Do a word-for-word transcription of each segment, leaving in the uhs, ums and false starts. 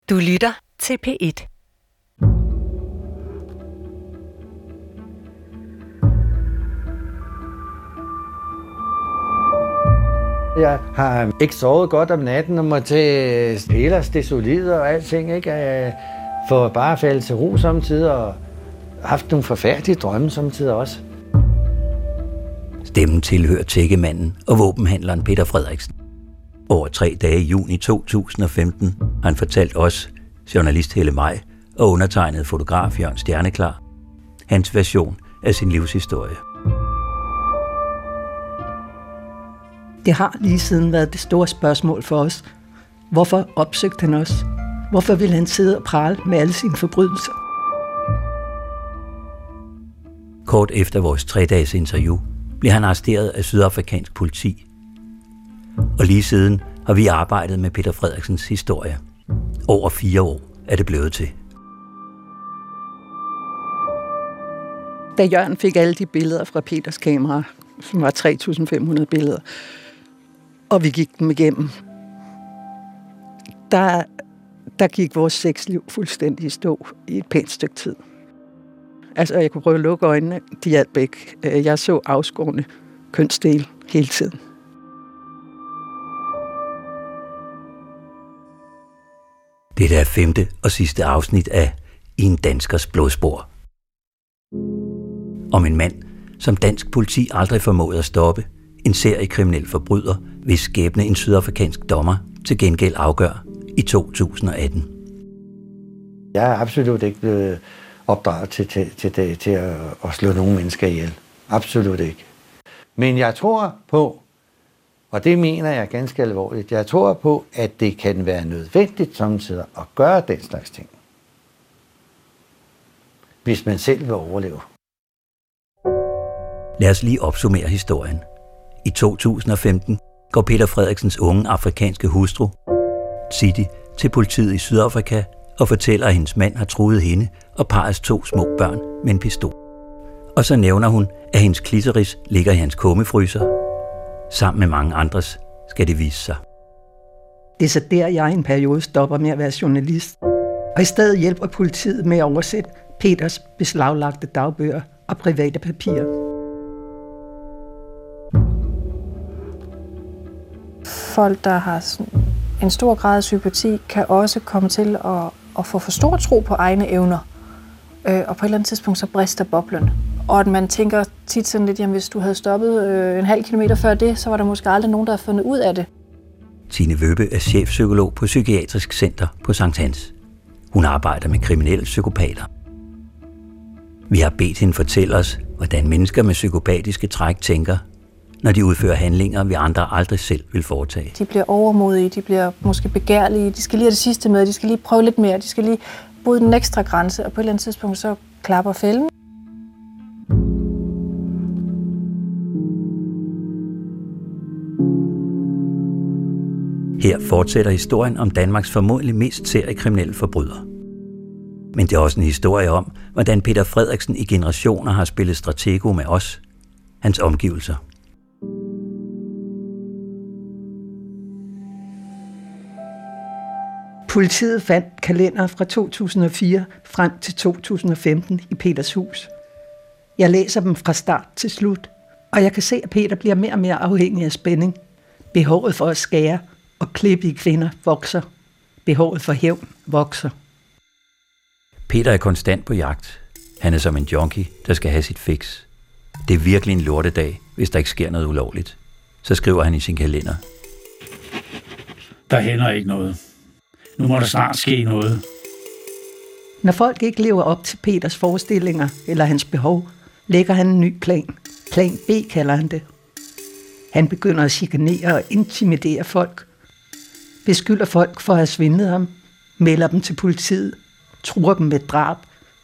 Du lytter til P et. Jeg har ikke sovet godt om natten og må tage ellers det solide og alting, ikke? Jeg får bare faldet til ro samtidig og haft nogle forfærdelige drømme samtidig også. Stemmen tilhører tækkemanden og våbenhandleren Peter Frederiksen. Over tre dage i juni to tusind og femten har han fortalt os, journalist Helle Maj og undertegnet fotograf Jørgen Stjerneklar, hans version af sin livshistorie. Det har lige siden været det store spørgsmål for os. Hvorfor opsøgte han os? Hvorfor ville han sidde og prale med alle sine forbrydelser? Kort efter vores tre-dages interview blev han arresteret af sydafrikansk politi. Og lige siden har vi arbejdet med Peter Frederiksens historie. Over fire år er det blevet til. Da Jørgen fik alle de billeder fra Peters kamera, som var tre tusind fem hundrede billeder, og vi gik dem igennem, der, der gik vores sexliv fuldstændig i stå i et pænt stykke tid. Altså, jeg kunne prøve at lukke øjnene, de hjalp ikke. Jeg så afskårne kønsdele hele tiden. Det er femte og sidste afsnit af I en danskers blodspor. Om en mand, som dansk politi aldrig formåede at stoppe, en seriekriminel forbryder, hvis skæbne en sydafrikansk dommer til gengæld afgør i to tusind og atten. Jeg er absolut ikke blevet opdraget til, til, til, til, til at, at slå nogle mennesker ihjel. Absolut ikke. Men jeg tror på, og det mener jeg ganske alvorligt, jeg tror på, at det kan være nødvendigt samtidig at gøre den slags ting, hvis man selv vil overleve. Lad os lige opsummere historien. I to tusind og femten går Peter Frederiksens unge afrikanske hustru, Sidi, til politiet i Sydafrika og fortæller, at hendes mand har truet hende og parrets to små børn med en pistol. Og så nævner hun, at hendes klitoris ligger i hans kummefryser. Sammen med mange andres skal det vise sig. Det er så der, jeg i en periode stopper med at være journalist, og i stedet hjælper politiet med at oversætte Peters beslaglagte dagbøger og private papirer. Folk, der har en stor grad af sympati, kan også komme til at, at få for stor tro på egne evner. Og på et eller andet tidspunkt, så brister boblen. Og at man tænker tit sådan lidt, jamen hvis du havde stoppet øh, en halv kilometer før det, så var der måske aldrig nogen, der havde fundet ud af det. Tine Wøbe er chefpsykolog på Psykiatrisk Center på Sankt Hans. Hun arbejder med kriminelle psykopater. Vi har bedt hende fortælle os, hvordan mennesker med psykopatiske træk tænker, når de udfører handlinger, vi andre aldrig selv vil foretage. De bliver overmodige, de bliver måske begærlige, de skal lige have det sidste med, de skal lige prøve lidt mere, de skal lige bryde den ekstra grænse, og på et eller andet tidspunkt så klapper fælden. Her fortsætter historien om Danmarks formodentlig mest seriekriminelle forbryder. Men det er også en historie om, hvordan Peter Frederiksen i generationer har spillet stratego med os, hans omgivelser. Politiet fandt kalender fra to tusind og fire frem til to tusind og femten i Peters hus. Jeg læser dem fra start til slut, og jeg kan se, at Peter bliver mere og mere afhængig af spænding. Behovet for at skære og klippe i kvinder vokser. Behovet for hævn vokser. Peter er konstant på jagt. Han er som en junkie, der skal have sit fix. Det er virkelig en lortedag, hvis der ikke sker noget ulovligt. Så skriver han i sin kalender. Der hænder ikke noget. Nu må der snart ske noget. Når folk ikke lever op til Peters forestillinger eller hans behov, lægger han en ny plan. Plan B kalder han det. Han begynder at chikanere og intimidere folk. Beskylder folk for at have svindlet ham. Melder dem til politiet. Truer dem med drab.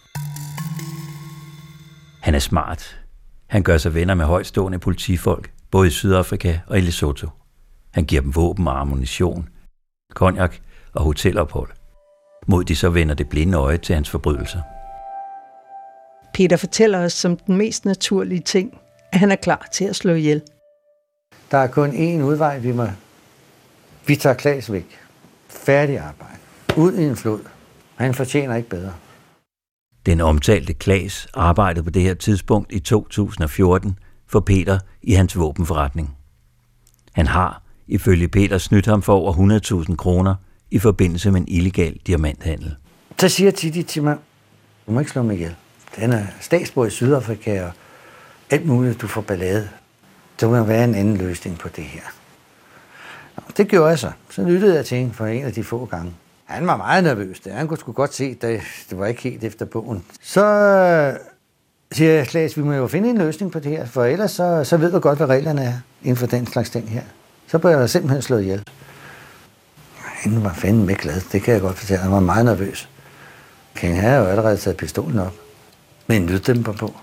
Han er smart. Han gør sig venner med højtstående politifolk, både i Sydafrika og i Lesotho. Han giver dem våben og ammunition, konjak og hotelophold. Mod de så vender det blinde øje til hans forbrydelser. Peter fortæller os som den mest naturlige ting, at han er klar til at slå ihjel. Der er kun én udvej, vi må... Vi tager Klaas væk. Færdig arbejde. Ud i en flod. Han fortjener ikke bedre. Den omtalte Claes arbejdede på det her tidspunkt i to tusind og fjorten for Peter i hans våbenforretning. Han har, ifølge Peter, snydt ham for over hundrede tusind kroner i forbindelse med en illegal diamanthandel. Så siger Titi til mig, du må ikke slå mig ihjel. Han er statsborger i Sydafrika og alt muligt, du får ballade. Så må der være en anden løsning på det her. Nå, det gjorde jeg så. Så lyttede jeg til hende for en af de få gange. Han var meget nervøs. Han kunne sgu godt se, at det var ikke helt efter bogen. Så siger jeg, Claes, vi må jo finde en løsning på det her, for ellers så, så ved du godt, hvad reglerne er inden for den slags ting her. Så blev jeg simpelthen slået ihjel. Han var fandme med glad, det kan jeg godt fortælle. Han var meget nervøs. Han havde jo allerede taget pistolen op med en lyddæmper på.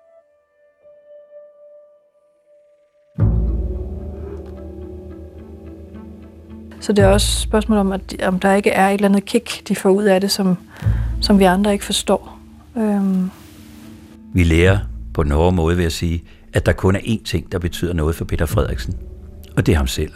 Så det er også et spørgsmål om, at, om der ikke er et eller andet kick, de får ud af det, som, som vi andre ikke forstår. Øhm. Vi lærer på den hårde måde ved at sige, at der kun er én ting, der betyder noget for Peter Frederiksen, og det er ham selv.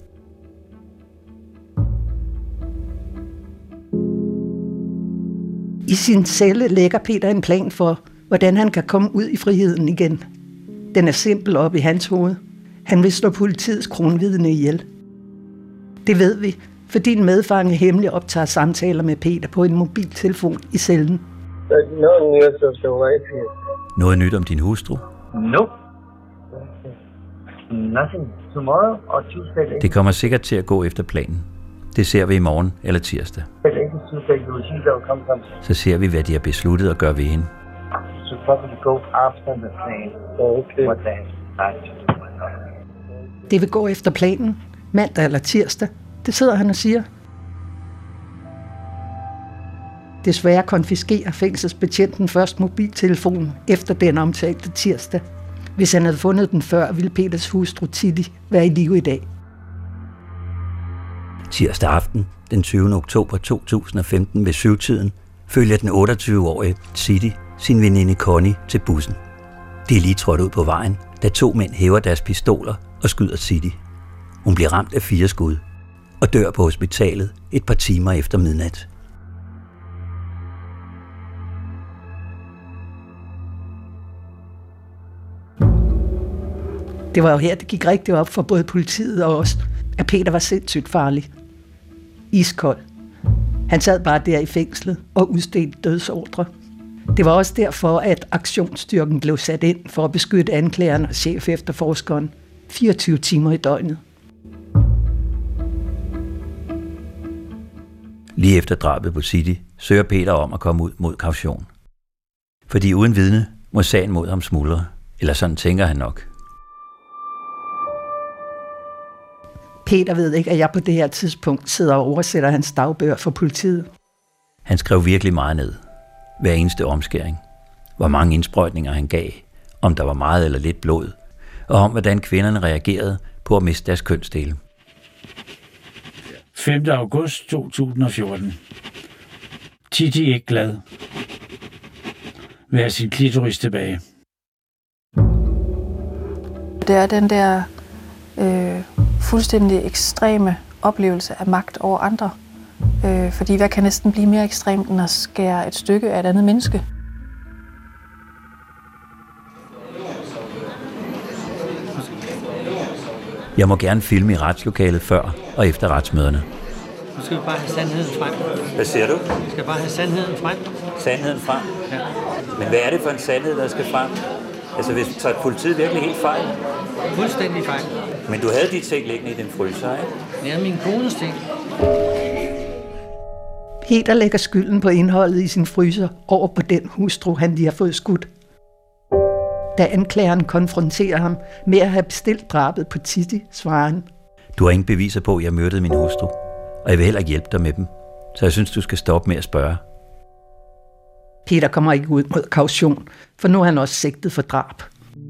I sin celle lægger Peter en plan for, hvordan han kan komme ud i friheden igen. Den er simpel op i hans hoved. Han vil slå politiets kronvidne ihjel. Det ved vi, fordi en medfange hemmeligt optager samtaler med Peter på en mobiltelefon i cellen. Noget nyt om din hustru? No. Nothing. Tomorrow or Tuesday. Det kommer sikkert til at gå efter planen. Det ser vi i morgen eller tirsdag. Så ser vi, hvad de har besluttet at gøre ved hende. Det vil gå efter planen. Mandag eller tirsdag. Det sidder han og siger. Desværre konfiskerer fængselsbetjenten først mobiltelefonen efter den omtalte tirsdag. Hvis han havde fundet den før, ville Peters hustru Titi være i live i dag. Tirsdag aften, den tyvende oktober to tusind og femten ved syvtiden, følger den otteogtyve-årige Titi sin veninde Connie til bussen. De er lige trådt ud på vejen, da to mænd hæver deres pistoler og skyder Titi. Hun bliver ramt af fire skud og dør på hospitalet et par timer efter midnat. Det var jo her, det gik rigtig op for både politiet og os, at Peter var sindssygt farlig. Iskold. Han sad bare der i fængslet og udstedte dødsordre. Det var også derfor, at aktionsstyrken blev sat ind for at beskytte anklageren og chef efterforskeren fireogtyve timer i døgnet. Lige efter drabet på Titi søger Peter om at komme ud mod kaution. Fordi uden vidne må sagen mod ham smuldre, eller sådan tænker han nok. Peter ved ikke, at jeg på det her tidspunkt sidder og oversætter hans dagbøger for politiet. Han skrev virkelig meget ned. Hver eneste omskæring. Hvor mange indsprøjtninger han gav. Om der var meget eller lidt blod. Og om hvordan kvinderne reagerede på at miste deres kønsdele. femte august to tusind og fjorten. Titi ikke glad. Vil have sin klitoris tilbage. Det er den der øh, fuldstændig ekstreme oplevelse af magt over andre. Øh, fordi hvad kan næsten blive mere ekstremt end at skære et stykke af et andet menneske? Jeg må gerne filme i retslokalet før og efter retsmøderne. Nu skal vi bare have sandheden frem. Hvad siger du? Vi skal bare have sandheden frem. Sandheden frem? Ja. Men hvad er det for en sandhed, der skal frem? Altså, hvis tager politiet virkelig helt fejl? Fuldstændig fejl. Men du havde de ting liggende i din fryser, ikke? Det er min kones ting. Peter lægger skylden på indholdet i sin fryser over på den hustru, han lige har fået skudt. Da anklageren konfronterer ham med at have bestilt drabet på Titi, svarer han: Du har ingen beviser på, at jeg myrdede min hustru, og jeg vil heller ikke hjælpe dig med dem. Så jeg synes, du skal stoppe med at spørge. Peter kommer ikke ud mod kaution, for nu er han også sigtet for drab.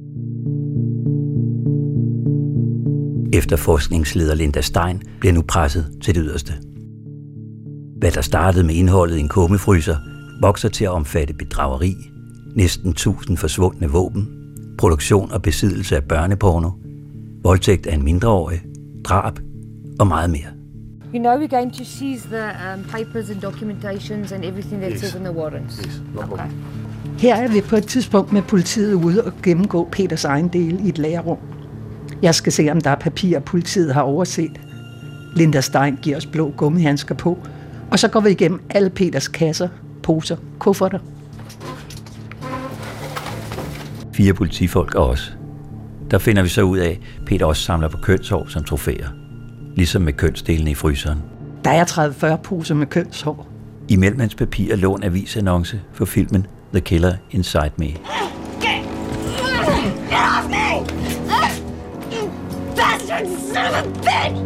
Efterforskningsleder Linda Stein bliver nu presset til det yderste. Hvad der startede med indholdet i en kummefryser, vokser til at omfatte bedrageri, næsten tusind forsvundne våben, produktion og besiddelse af børneporno, voldtægt af en mindreårig, drab og meget mere. You know we're going to seize the um, papers and documentations and everything that yes. says in the warrants? Yes, no problem. Okay. Her er vi på et tidspunkt med politiet ude og gennemgå Peters egen del i et lagerrum. Jeg skal se, om der er papirer, politiet har overset. Linda Stein giver os blå gummihandsker på, og så går vi igennem alle Peters kasser, poser, kufferter. Fire politifolk og os. Der finder vi så ud af, at Peter også samler på kønshår som trofæer. Ligesom med kønsdelene i fryseren. Der er tredive til fyrre poser med kønshår. Imellem hans papir lå en avisannonce for filmen The Killer Inside Me. Get, get off me! You bastard son of a bitch!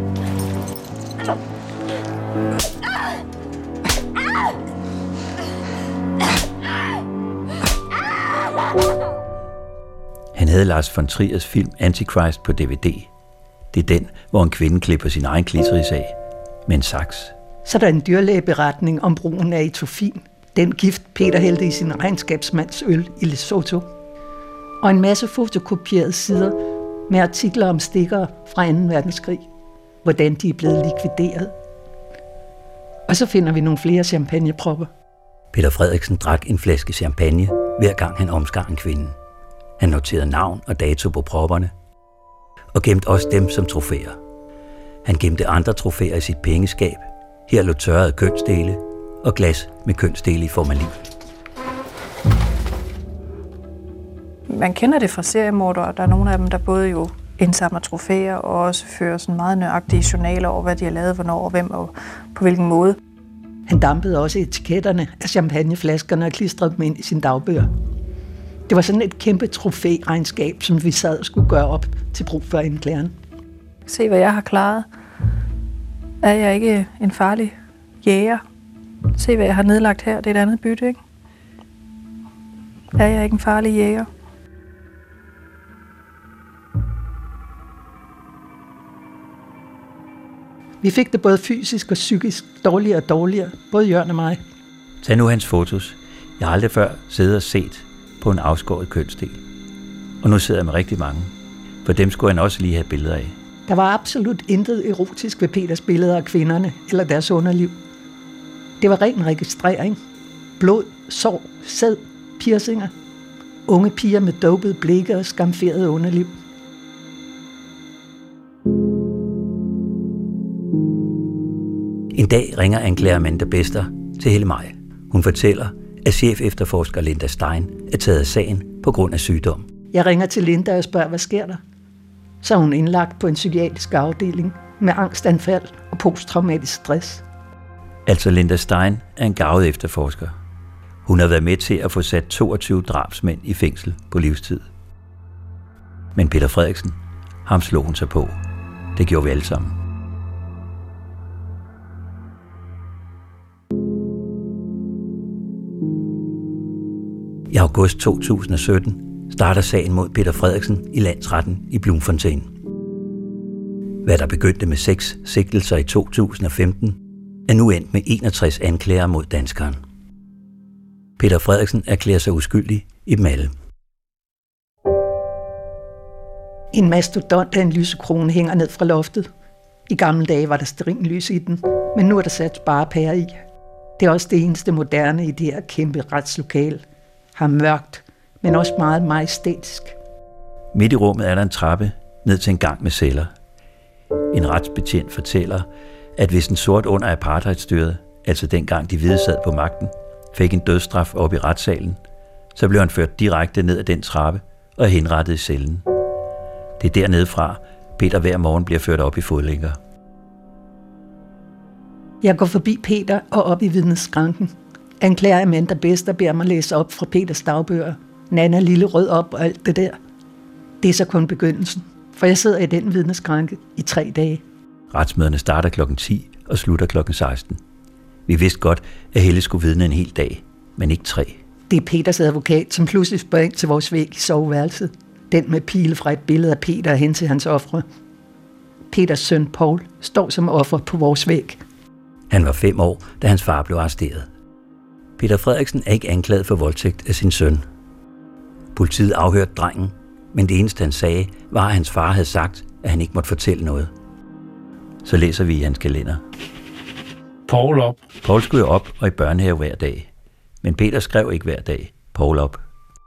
Han havde Lars von Triers film Antichrist på D V D. Det er den, hvor en kvinde klipper sin egen klitoris af med en saks. Så er der en dyrlægeberetning om brugen af etofin. Den gift, Peter hældte i sin regnskabsmands øl i Lesotho. Og en masse fotokopierede sider med artikler om stikkere fra anden verdenskrig. Hvordan de er blevet likvideret. Og så finder vi nogle flere champagnepropper. Peter Frederiksen drak en flaske champagne, hver gang han omskar en kvinde. Han noterede navn og dato på propperne, og gemte også dem som trofæer. Han gemte andre trofæer i sit pengeskab. Her lå tørrede kønsdele og glas med kønsdele i formalin. Man kender det fra seriemordere. Der er nogle af dem, der både jo indsamler trofæer og også fører sådan meget nøjagtige journaler over, hvad de har lavet, hvornår og hvem og på hvilken måde. Han dampede også etiketterne af champagneflaskerne og klistrede dem ind i sine dagbøger. Det var sådan et kæmpe trofæregnskab, som vi sad og skulle gøre op til brug for anklageren. Se, hvad jeg har klaret. Er jeg ikke en farlig jæger? Se, hvad jeg har nedlagt her. Det er et andet bytte, ikke? Er jeg ikke en farlig jæger? Vi fik det både fysisk og psykisk dårligere og dårligere, både Jørgen og mig. Tag nu hans fotos. Jeg har aldrig før siddet og set på en afskåret kønsdel. Og nu sidder jeg med rigtig mange. For dem skulle han også lige have billeder af. Der var absolut intet erotisk ved Peters billeder af kvinderne eller deres underliv. Det var ren registrering. Blod, sår, sæd, piercinger. Unge piger med dopede blikke og skamferede underliv. En dag ringer anklager Amanda Bester til Helle Maj. Hun fortæller, at chef-efterforsker Linda Stein er taget af sagen på grund af sygdom. Jeg ringer til Linda og spørger, hvad sker der? Så er hun indlagt på en psykiatrisk afdeling med angstanfald og posttraumatisk stress. Altså Linda Stein er en garvet efterforsker. Hun har været med til at få sat toogtyve drabsmænd i fængsel på livstid. Men Peter Frederiksen, ham slog hun sig på. Det gjorde vi alle sammen. I august to tusind og sytten starter sagen mod Peter Frederiksen i landsretten i Bloemfontein. Hvad der begyndte med seks sigtelser i to tusind og femten, er nu endt med enogtres anklager mod danskeren. Peter Frederiksen erklærer sig uskyldig i dem alle. En mastodont af en lysekrone hænger ned fra loftet. I gamle dage var der stearinlys i den, men nu er der sat sparepærer i. Det er også det eneste moderne i det her kæmpe retslokale. Har mørkt, men også meget majestætisk. Midt i rummet er der en trappe ned til en gang med celler. En retsbetjent fortæller, at hvis en sort under apartheidstyret, altså dengang de hvide sad på magten, fik en dødsstraf op i retssalen, så blev han ført direkte ned ad den trappe og henrettet i cellen. Det er dernede fra, Peter hver morgen bliver ført op i fodlænker. Jeg går forbi Peter og op i vidneskranken. Anklager Amanda Bester beder mig læse op fra Peters dagbøger. Nana lille rød op og alt det der. Det er så kun begyndelsen, for jeg sidder i den vidneskranke i tre dage. Retsmøderne starter klokken ti og slutter klokken seksten. Vi vidste godt, at Helle skulle vidne en hel dag, men ikke tre. Det er Peters advokat, som pludselig spørger ind til vores væg i soveværelset. Den med pile fra et billede af Peter hen til hans ofre. Peters søn Paul står som offer på vores væg. Han var fem år, da hans far blev arresteret. Peter Frederiksen er ikke anklaget for voldtægt af sin søn. Politiet afhørte drengen, men det eneste han sagde, var, at hans far havde sagt, at han ikke måtte fortælle noget. Så læser vi i hans kalender. Paul op. Paul skulle jo op og i børnehave hver dag. Men Peter skrev ikke hver dag Paul op.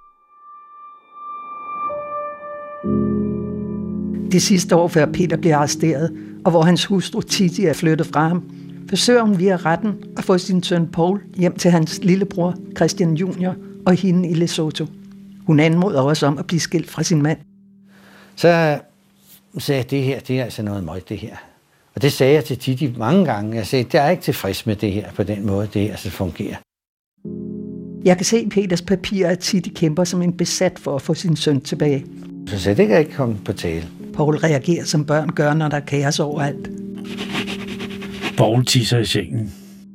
Det sidste år, før Peter bliver arresteret, og hvor hans hustru Titi er flyttet fra ham, forsøger hun via retten at få sin søn Paul hjem til hans lillebror Christian junior og hende i Lesotho. Hun anmoder også om at blive skilt fra sin mand. Så sagde jeg, det her, det er altså noget møg, det her. Og det sagde jeg til Titi mange gange. Jeg sagde, jeg er ikke tilfreds med det her, på den måde, det her altså fungerer. Jeg kan se i Peters papirer, at Titi kæmper som en besat for at få sin søn tilbage. Så sagde jeg, det kan ikke komme på tale. Paul reagerer, som børn gør, når der er kaos overalt. Paul tisser i sengen.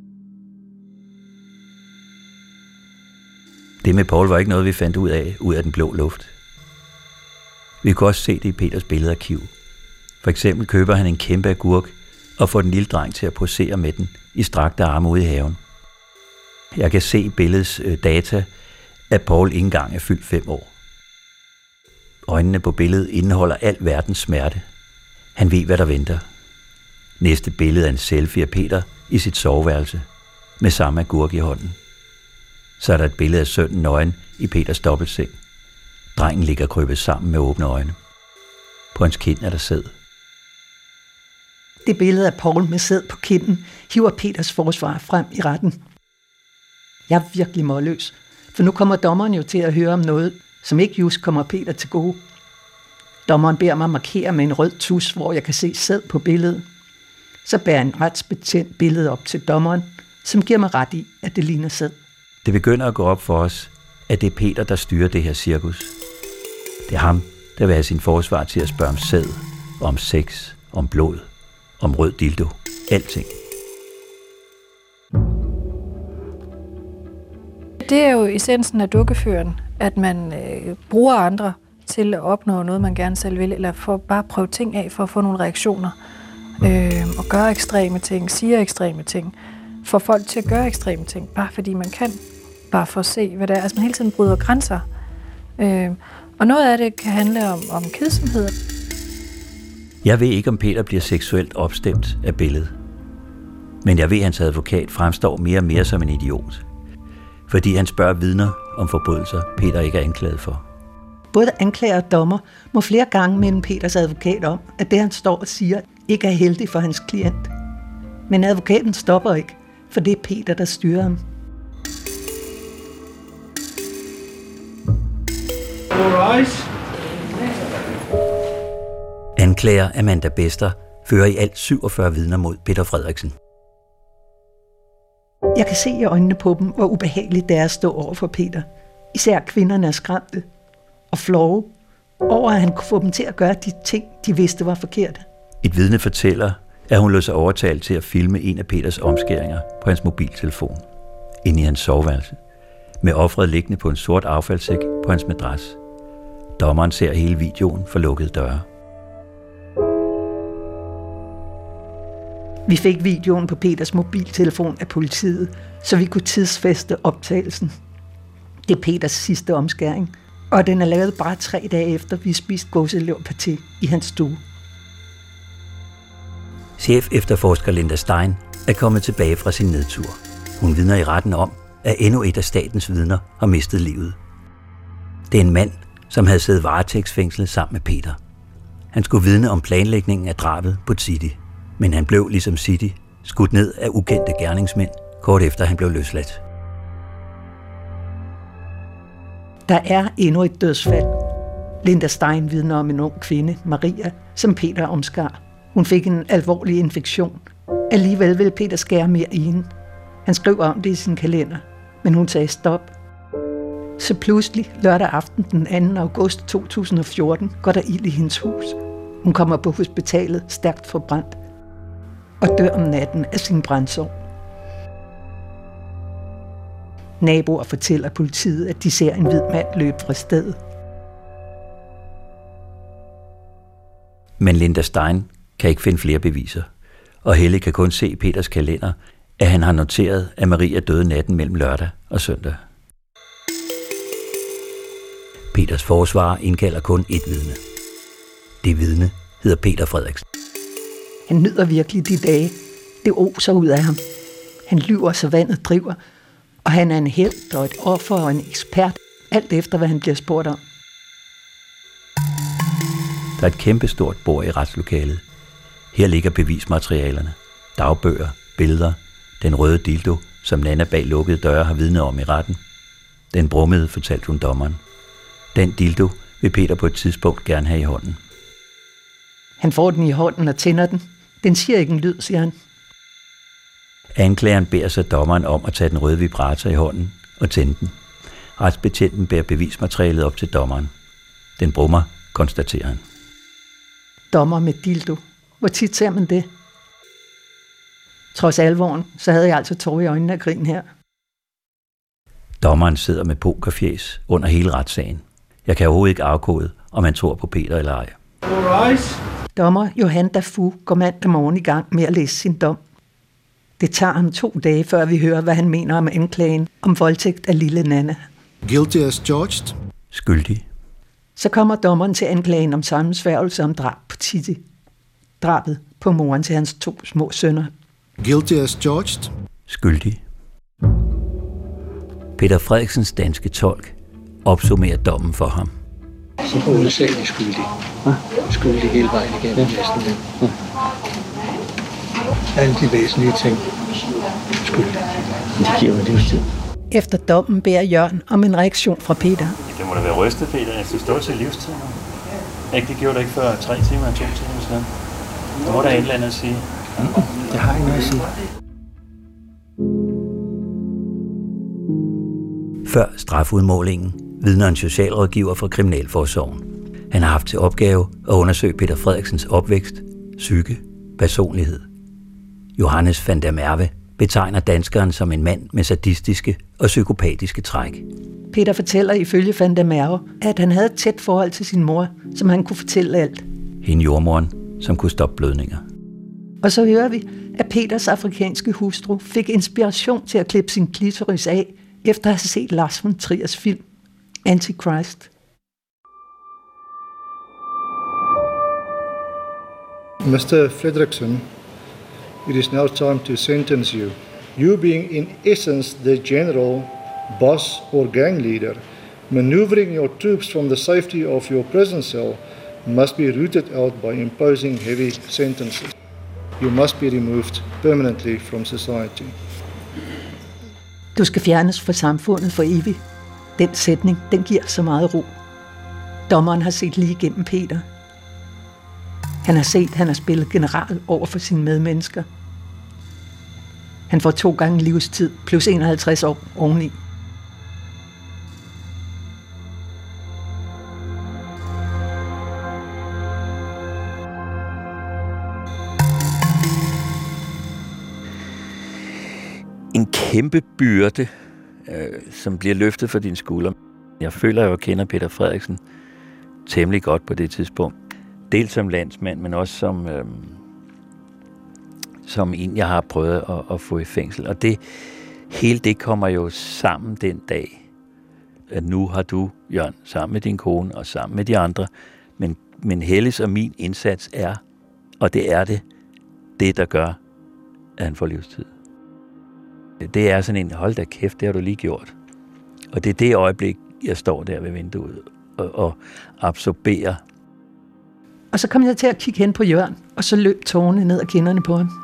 Det med Paul var ikke noget, vi fandt ud af, ud af den blå luft. Vi kunne også se det i Peters billedarkiv. For eksempel køber han en kæmpe agurk og får den lille dreng til at posere med den i strakte arme ude i haven. Jeg kan se i billedets data, at Paul ikke engang er fyldt fem år. Øjnene på billedet indeholder al verdens smerte. Han ved, hvad der venter. Næste billede er en selfie af Peter i sit soveværelse, med samme agurk i hånden. Så er der et billede af sønnen nøgen i Peters dobbeltseng. Drengen ligger krybet sammen med åbne øjne. På hans kind er der sæd. Det billede af Paul med sæd på kinden hiver Peters forsvar frem i retten. Jeg er virkelig målløs, for nu kommer dommeren jo til at høre om noget, som ikke just kommer Peter til gode. Dommeren beder mig markere med en rød tus, hvor jeg kan se sæd på billedet. Så bærer en retsbetjent billede op til dommeren, som giver mig ret i, at det ligner sæd. Det begynder at gå op for os, at det er Peter, der styrer det her cirkus. Det er ham, der vil have sin forsvar til at spørge om sæd, om sex, om blod, om rød dildo, alting. Det er jo essensen af dukkeføren, at man øh, bruger andre til at opnå noget, man gerne selv vil, eller for bare at prøve ting af for at få nogle reaktioner, øh, og gøre ekstreme ting, siger ekstreme ting, får folk til at gøre ekstreme ting, bare fordi man kan, bare for at se, hvad det er. Altså man hele tiden bryder grænser. Øh, og noget af det kan handle om, om kedsomhed. Jeg ved ikke, om Peter bliver seksuelt opstemt af billedet. Men jeg ved, at hans advokat fremstår mere og mere som en idiot. Fordi han spørger vidner om forbrydelser, Peter ikke er anklaget for. Både anklager og dommer må flere gange minde Peters advokat om, at det han står og siger, ikke er heldigt for hans klient. Men advokaten stopper ikke, for det er Peter, der styrer ham. Anklager Amanda Bester fører i alt syvogfyrre vidner mod Peter Frederiksen. Jeg kan se i øjnene på dem, hvor ubehageligt det er at stå over for Peter. Især kvinderne er skræmte og flove over, at han kunne få dem til at gøre de ting, de vidste var forkerte. Et vidne fortæller, at hun lod sig overtale til at filme en af Peters omskæringer på hans mobiltelefon, inde i hans soveværelse, med offeret liggende på en sort affaldssæk på hans madras. Dommeren ser hele videoen for lukkede døre. Vi fik videoen på Peters mobiltelefon af politiet, så vi kunne tidsfæste optagelsen. Det er Peters sidste omskæring, og den er lavet bare tre dage efter, vi spiste gåseleverpaté i hans stue. Chef efterforsker Linda Stein er kommet tilbage fra sin nedtur. Hun vidner i retten om, at endnu et af statens vidner har mistet livet. Det er en mand, som havde siddet varetægtsfængslet sammen med Peter. Han skulle vidne om planlægningen af drabet på Titi, men han blev ligesom Titi skudt ned af ukendte gerningsmænd, kort efter han blev løsladt. Der er endnu et dødsfald. Linda Stein vidner om en ung kvinde, Maria, som Peter omskar. Hun fik en alvorlig infektion. Alligevel ville Peter skære mere i hende. Han skrev om det i sin kalender, men hun sagde stop. Så pludselig, lørdag aften den anden august to tusind og fjorten, går der ild i hendes hus. Hun kommer på hospitalet stærkt forbrændt og dør om natten af sin brændsår. Naboer fortæller politiet, at de ser en hvid mand løbe fra stedet. Men Linda Stein kan ikke finde flere beviser, og Helle kan kun se i Peters kalender, at han har noteret, at Maria døde natten mellem lørdag og søndag. Peters forsvarer indkalder kun ét vidne. Det vidne hedder Peter Frederiksen. Han nyder virkelig de dage. Det oser ud af ham. Han lyver, så vandet driver, og han er en helt og et offer og en ekspert, alt efter hvad han bliver spurgt om. Der er et kæmpestort bord i retslokalet. Her ligger bevismaterialerne, dagbøger, billeder, den røde dildo, som Nana bag lukkede døre har vidnet om i retten. Den brummede, fortalte hun dommeren. Den dildo vil Peter på et tidspunkt gerne have i hånden. Han får den i hånden og tænder den. Den siger ikke en lyd, siger han. Anklageren beder så dommeren om at tage den røde vibrator i hånden og tænde den. Retsbetjenten bærer bevismaterialet op til dommeren. Den brummer, konstaterer han. Dommer med dildo. Hvor tit ser man det? Trods alvoren, så havde jeg altså tårer i øjnene af grin her. Dommeren sidder med pokerfjæs under hele retssagen. Jeg kan overhovedet ikke afkode, om han tror på Peter eller ej. Alright. Dommer Johan Dafu går mandag morgen i gang med at læse sin dom. Det tager ham to dage, før vi hører, hvad han mener om anklagen om voldtægt af lille Nana. Guilty as charged. Skyldig. Så kommer dommeren til anklagen om sammensværgelse om drab på Titi. Drabet på moren til hans to små sønner. Guilty as charged. Skyldig. Peter Frederiksens danske tolk opsummerer dommen for ham. Så hovedsageligt skyldig. Ja. Skyldig hele vejen igennem ja. Næsten det. Ja. Alle de væsentlige ting. Skyldig. Det giver mig livstid. Efter dommen beder Jørgen om en reaktion fra Peter. Det må da være rystet, Peter. Jeg skal stå til livstid nu. Ikke, det gjorde du ikke før tre timer og to timer siden. Nu må der et eller andet at sige. Det har jeg noget at sige. Før strafudmålingen vidner en socialrådgiver fra Kriminalforsorgen. Han har haft til opgave at undersøge Peter Frederiksens opvækst, psyke, personlighed. Johannes van der Merwe betegner danskeren som en mand med sadistiske og psykopatiske træk. Peter fortæller ifølge van der Merwe, at han havde et tæt forhold til sin mor, som han kunne fortælle alt. Hende jordmoren, som kunne stoppe blødninger. Og så hører vi, at Peters afrikanske hustru fik inspiration til at klippe sin klitoris af, efter at have set Lars von Triers film Antichrist. mister Fredrickson, it is now time to sentence you. You being in essence the general, boss or gang leader, maneuvering your troops from the safety of your prison cell, must be rooted out by imposing heavy sentences. You must be removed permanently from society. Du skal fjernes fra samfundet for evigt. Den sætning, den giver så meget ro. Dommeren har set lige igennem Peter. Han har set, at han har spillet general over for sine medmennesker. Han får to gange livstid, plus enoghalvtreds år oveni. En kæmpe byrde, øh, som bliver løftet fra dine skuldre. Jeg føler jo, at jeg kender Peter Frederiksen temmelig godt på det tidspunkt. Dels som landsmand, men også som, øh, som en, jeg har prøvet at, at få i fængsel. Og det hele det kommer jo sammen den dag, at nu har du, Jørgen, sammen med din kone og sammen med de andre, men, men Helles og min indsats er, og det er det, det der gør, at han får livstid. Det er sådan en, hold da kæft, det har du lige gjort. Og det er det øjeblik, jeg står der ved vinduet og, og absorberer. Og så kom jeg til at kigge hen på Jørgen, og så løb tårerne ned ad kinderne på ham.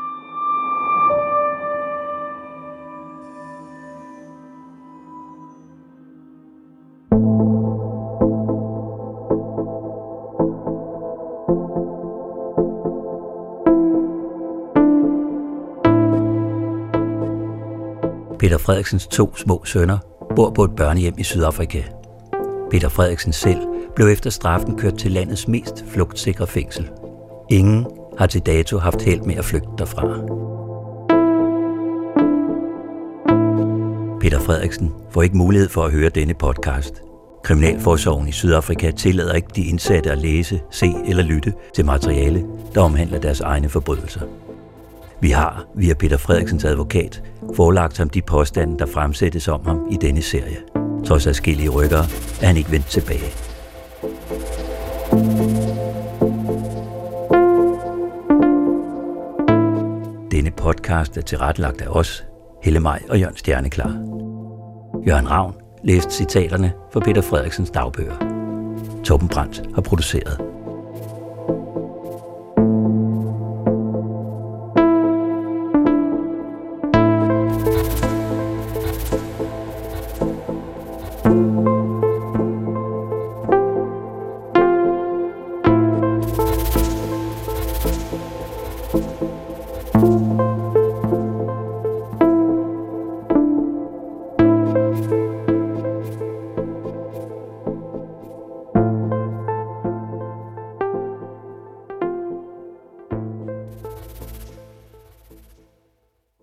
Peter Frederiksens to små sønner bor på et børnehjem i Sydafrika. Peter Frederiksen selv blev efter straffen kørt til landets mest flugtsikre fængsel. Ingen har til dato haft held med at flygte derfra. Peter Frederiksen får ikke mulighed for at høre denne podcast. Kriminalforsorgen i Sydafrika tillader ikke de indsatte at læse, se eller lytte til materiale, der omhandler deres egne forbrydelser. Vi har, via Peter Frederiksens advokat, forelagt ham de påstande, der fremsættes om ham i denne serie. Trods adskillige rykkere er han ikke vendt tilbage. Denne podcast er tilrettelagt af os, Helle Maj og Jørgen Stjerneklar. Jørgen Ravn læste citaterne fra Peter Frederiksens dagbøger. Torben Brandt har produceret.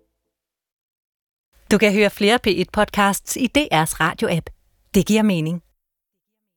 Du kan høre flere P et podcasts i D R's radio-app. Det giver mening.